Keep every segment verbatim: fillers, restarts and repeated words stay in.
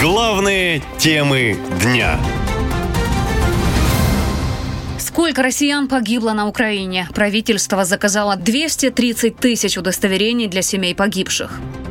Главные темы дня. Сколько россиян погибло на Украине? Правительство заказало двести тридцать тысяч удостоверений для семей погибших.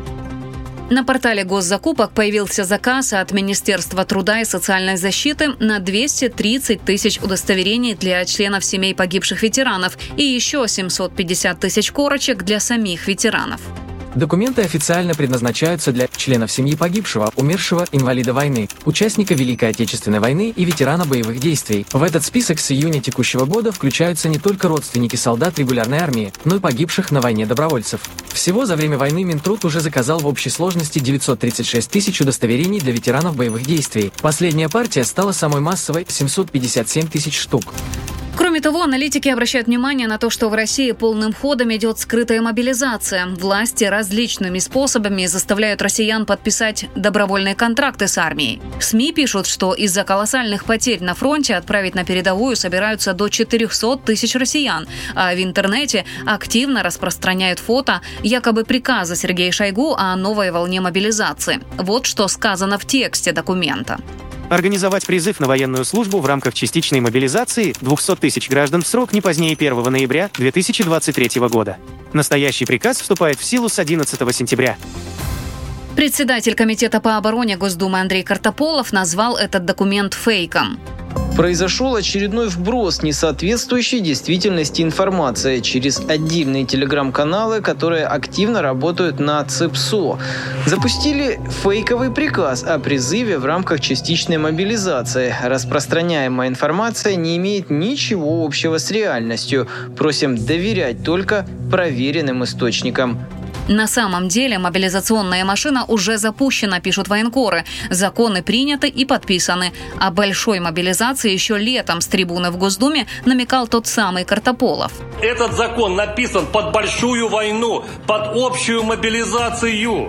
На портале госзакупок появился заказ от Министерства труда и социальной защиты на двести тридцать тысяч удостоверений для членов семей погибших ветеранов и еще семьсот пятьдесят тысяч корочек для самих ветеранов. Документы официально предназначаются для членов семьи погибшего, умершего, инвалида войны, участника Великой Отечественной войны и ветерана боевых действий. В этот список с июня текущего года включаются не только родственники солдат регулярной армии, но и погибших на войне добровольцев. Всего за время войны Минтруд уже заказал в общей сложности девятьсот тридцать шесть тысяч удостоверений для ветеранов боевых действий. Последняя партия стала самой массовой – семьсот пятьдесят семь тысяч штук. Кроме того, аналитики обращают внимание на то, что в России полным ходом идет скрытая мобилизация. Власти различными способами заставляют россиян подписать добровольные контракты с армией. СМИ пишут, что из-за колоссальных потерь на фронте отправить на передовую собираются до четырехсот тысяч россиян, а в интернете активно распространяют фото якобы приказа Сергея Шойгу о новой волне мобилизации. Вот что сказано в тексте документа. Организовать призыв на военную службу в рамках частичной мобилизации двухсот тысяч граждан в срок не позднее первого ноября две тысячи двадцать третьего года. Настоящий приказ вступает в силу с одиннадцатого сентября. Председатель Комитета по обороне Госдумы Андрей Картополов назвал этот документ фейком. Произошел очередной вброс несоответствующей действительности информации через отдельные телеграм-каналы, которые активно работают на ЦИПСО. Запустили фейковый приказ о призыве в рамках частичной мобилизации. Распространяемая информация не имеет ничего общего с реальностью. Просим доверять только проверенным источникам. На самом деле мобилизационная машина уже запущена, пишут военкоры. Законы приняты и подписаны. О большой мобилизации еще летом с трибуны в Госдуме намекал тот самый Картополов. Этот закон написан под большую войну, под общую мобилизацию.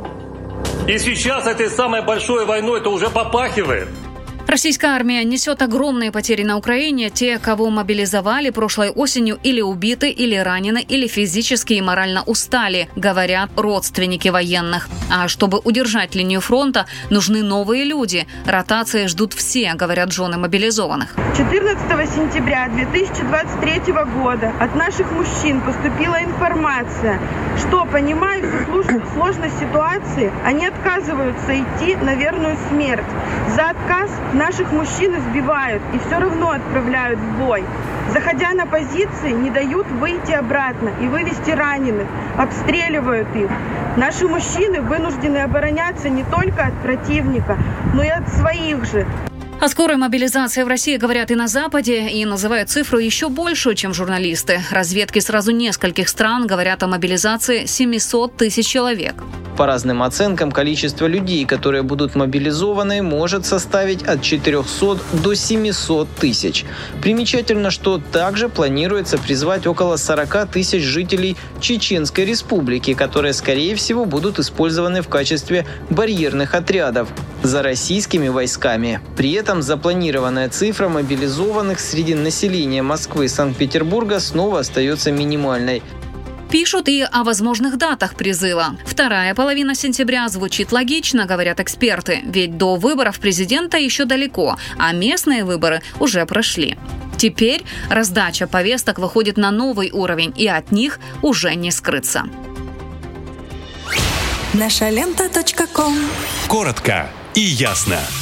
И сейчас этой самой большой войной это уже попахивает. Российская армия несет огромные потери на Украине. Те, кого мобилизовали прошлой осенью, или убиты, или ранены, или физически и морально устали, говорят родственники военных. А чтобы удержать линию фронта, нужны новые люди. Ротации ждут все, говорят жены мобилизованных. четырнадцатого сентября две тысячи двадцать третьего года от наших мужчин поступила информация, что, понимая всю сложность ситуации, они отказываются идти на верную смерть. За отказ наших мужчин избивают и все равно отправляют в бой. Заходя на позиции, не дают выйти обратно и вывести раненых, обстреливают их. Наши мужчины вынуждены обороняться не только от противника, но и от своих же. О скорой мобилизации в России говорят и на Западе, и называют цифру еще большую, чем журналисты. Разведки сразу нескольких стран говорят о мобилизации семисот тысяч человек. По разным оценкам, количество людей, которые будут мобилизованы, может составить от четырехсот до семисот тысяч. Примечательно, что также планируется призвать около сорока тысяч жителей Чеченской Республики, которые, скорее всего, будут использованы в качестве барьерных отрядов за российскими войсками. При этом запланированная цифра мобилизованных среди населения Москвы и Санкт-Петербурга снова остается минимальной. Пишут и о возможных датах призыва. Вторая половина сентября звучит логично, говорят эксперты, ведь до выборов президента еще далеко, а местные выборы уже прошли. Теперь раздача повесток выходит на новый уровень, и от них уже не скрыться. наша лента точка ком. Коротко и ясно.